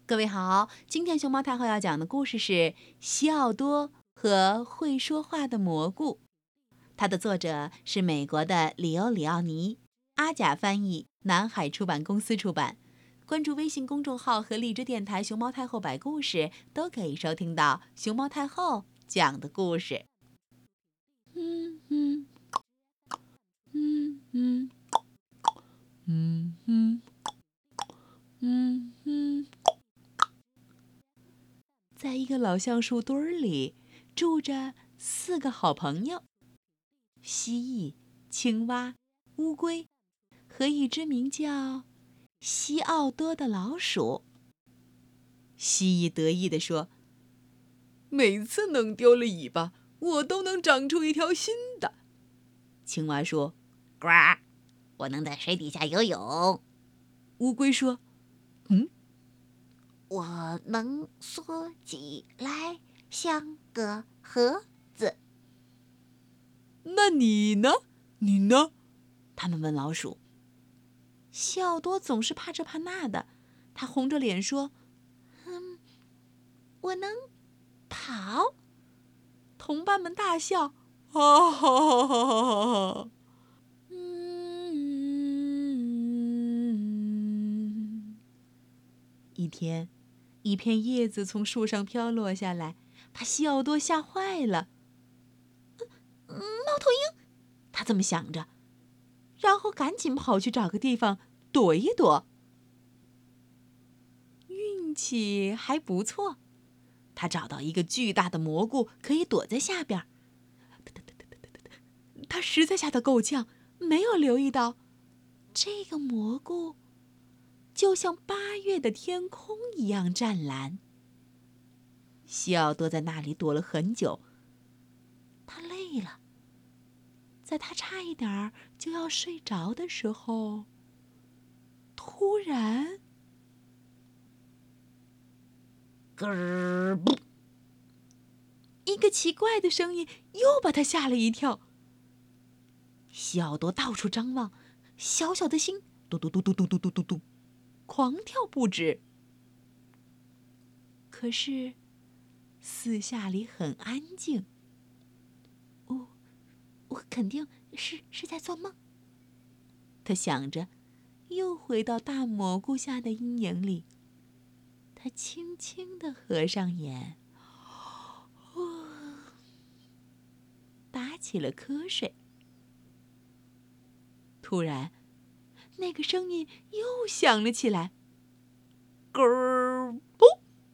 各位好，今天熊猫太后要讲的故事是《西奥多和会说话的蘑菇》，它的作者是美国的里欧·里奥尼，阿甲翻译，南海出版公司出版。关注微信公众号和荔枝电台熊猫太后摆故事，都可以收听到熊猫太后讲的故事。在一个老橡树堆里，住着4个好朋友：蜥蜴、青蛙、乌龟和一只名叫西奥多的老鼠。蜥蜴得意地说：“每次弄丢了尾巴，我都能长出一条新的。”青蛙说：“ 呱，我能在水底下游泳。” 乌龟说：“ 我能缩起来像个盒子。” 那你呢？你呢？他们问老鼠。西奥多总是怕这怕那的，他红着脸说：“ 我能跑。” 同伴们大笑：“哈哈哈哈哈！”一天，一片叶子从树上飘落下来，把西奥多吓坏了。猫头鹰，他这么想着，然后赶紧跑去找个地方躲一躲。运气还不错，他找到一个巨大的蘑菇，可以躲在下边。他实在吓得够呛，没有留意到这个蘑菇就像8月的天空一样湛蓝。西奥多在那里躲了很久，他累了。在他差一点儿就要睡着的时候，突然， 咯儿不， 一个奇怪的声音又把他吓了一跳。西奥多到处张望，小小的心嘟嘟嘟嘟嘟嘟嘟嘟嘟，狂跳不止。可是，四下里很安静。我肯定是在做梦。他想着，又回到大蘑菇下的阴影里。他轻轻地合上眼，打起了瞌睡。突然，那个声音又响了起来，咯儿不，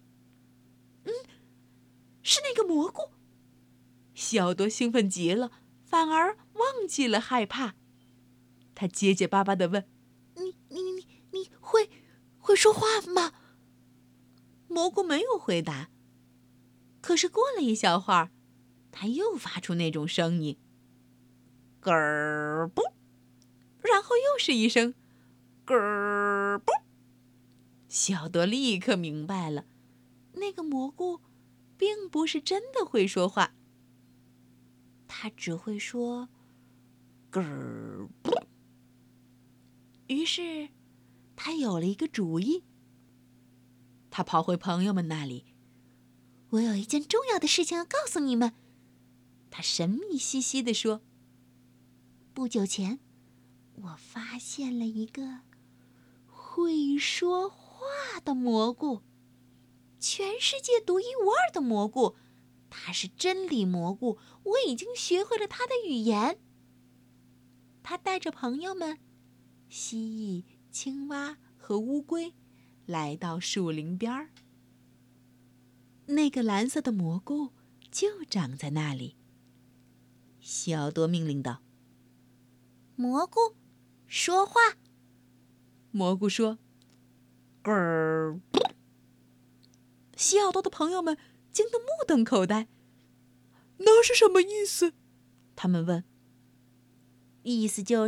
是那个蘑菇。西奥多兴奋极了，反而忘记了害怕。他结结巴巴地问：“你会说话吗？”蘑菇没有回答。可是过了一小会儿，他又发出那种声音，咯儿不，然后又是一声咯儿不。西奥多立刻明白了，那个蘑菇并不是真的会说话，他只会说咯儿不。于是他有了一个主意。他跑回朋友们那里：“我有一件重要的事情要告诉你们。”他神秘兮兮地说：“不久前，我发现了一个会说话的蘑菇，全世界独一无二的蘑菇。它是真理蘑菇，我已经学会了它的语言。”他带着朋友们，蜥蜴、青蛙和乌龟，来到树林边儿。那个蓝色的蘑菇就长在那里。西奥多命令道：“ 蘑菇，说话。” 蘑菇说：“咯儿不。”西奥多的朋友们惊得目瞪口呆。“那是什么意思？”他们问。“意思就是……”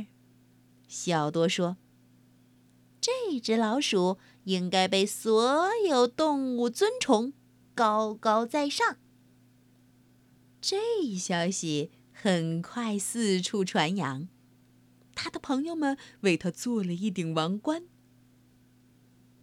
西奥多说，“这只老鼠应该被所有动物尊崇，高高在上。”这一消息很快四处传扬，他的朋友们为他做了一顶王冠。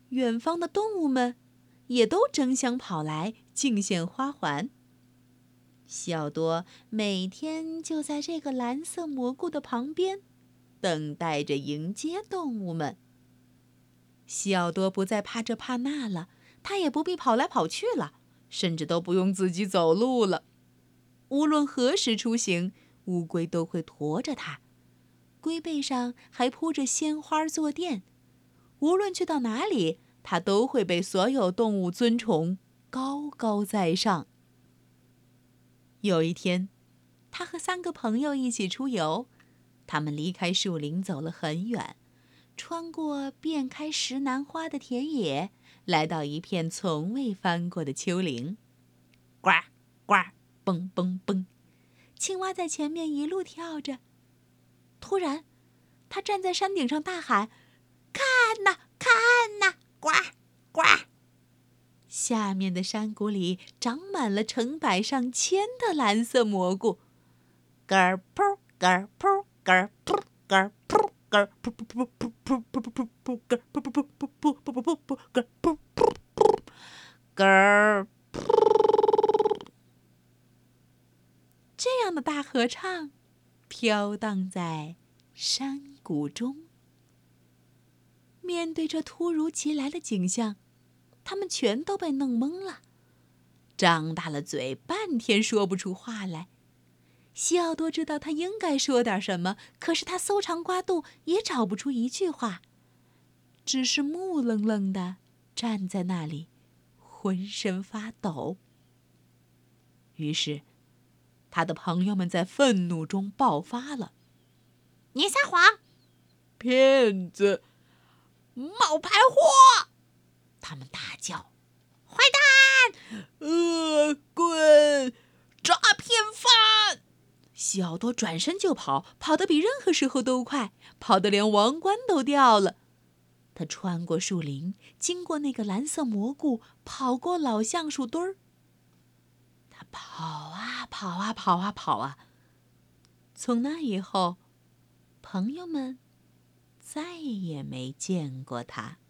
远方的动物们也都争相跑来竞选花环。西奥多每天就在这个蓝色蘑菇的旁边，等待着迎接动物们。西奥多不再怕这怕那了，他也不必跑来跑去了，甚至都不用自己走路了。无论何时出行，乌龟都会驮着它，龟背上还铺着鲜花坐垫。无论去到哪里，它都会被所有动物尊崇，高高在上。有一天，他和3个朋友一起出游，他们离开树林走了很远，穿过遍开石楠花的田野，来到一片从未翻过的丘陵。呱呱，蹦蹦蹦，青蛙在前面一路跳着。突然，他站在山顶上大喊：“看呐，看呐，呱呱！”下面的山谷里长满了成百上千的蓝色蘑菇，咯儿噗，咯儿噗，咯儿噗，咯儿噗，咯儿噗噗噗噗噗噗噗噗噗，咯儿噗噗噗噗噗噗噗噗噗，咯儿噗噗噗，咯儿噗。这样的大合唱飘荡在山谷中。面对这突如其来的景象，他们全都被弄懵了，张大了嘴，半天说不出话来。西奥多知道他应该说点什么，可是他搜肠刮肚也找不出一句话，只是木愣愣地站在那里，浑身发抖。于是，他的朋友们在愤怒中爆发了：“ 你撒谎！ 骗子！冒牌货！”他们大叫：“ 坏蛋！ 恶棍！诈骗犯！”西奥多转身就跑，跑得比任何时候都快，跑得连王冠都掉了。他穿过树林，经过那个蓝色蘑菇，跑过老橡树堆儿。他跑啊跑啊跑啊跑啊。从那以后，朋友们再也没见过他。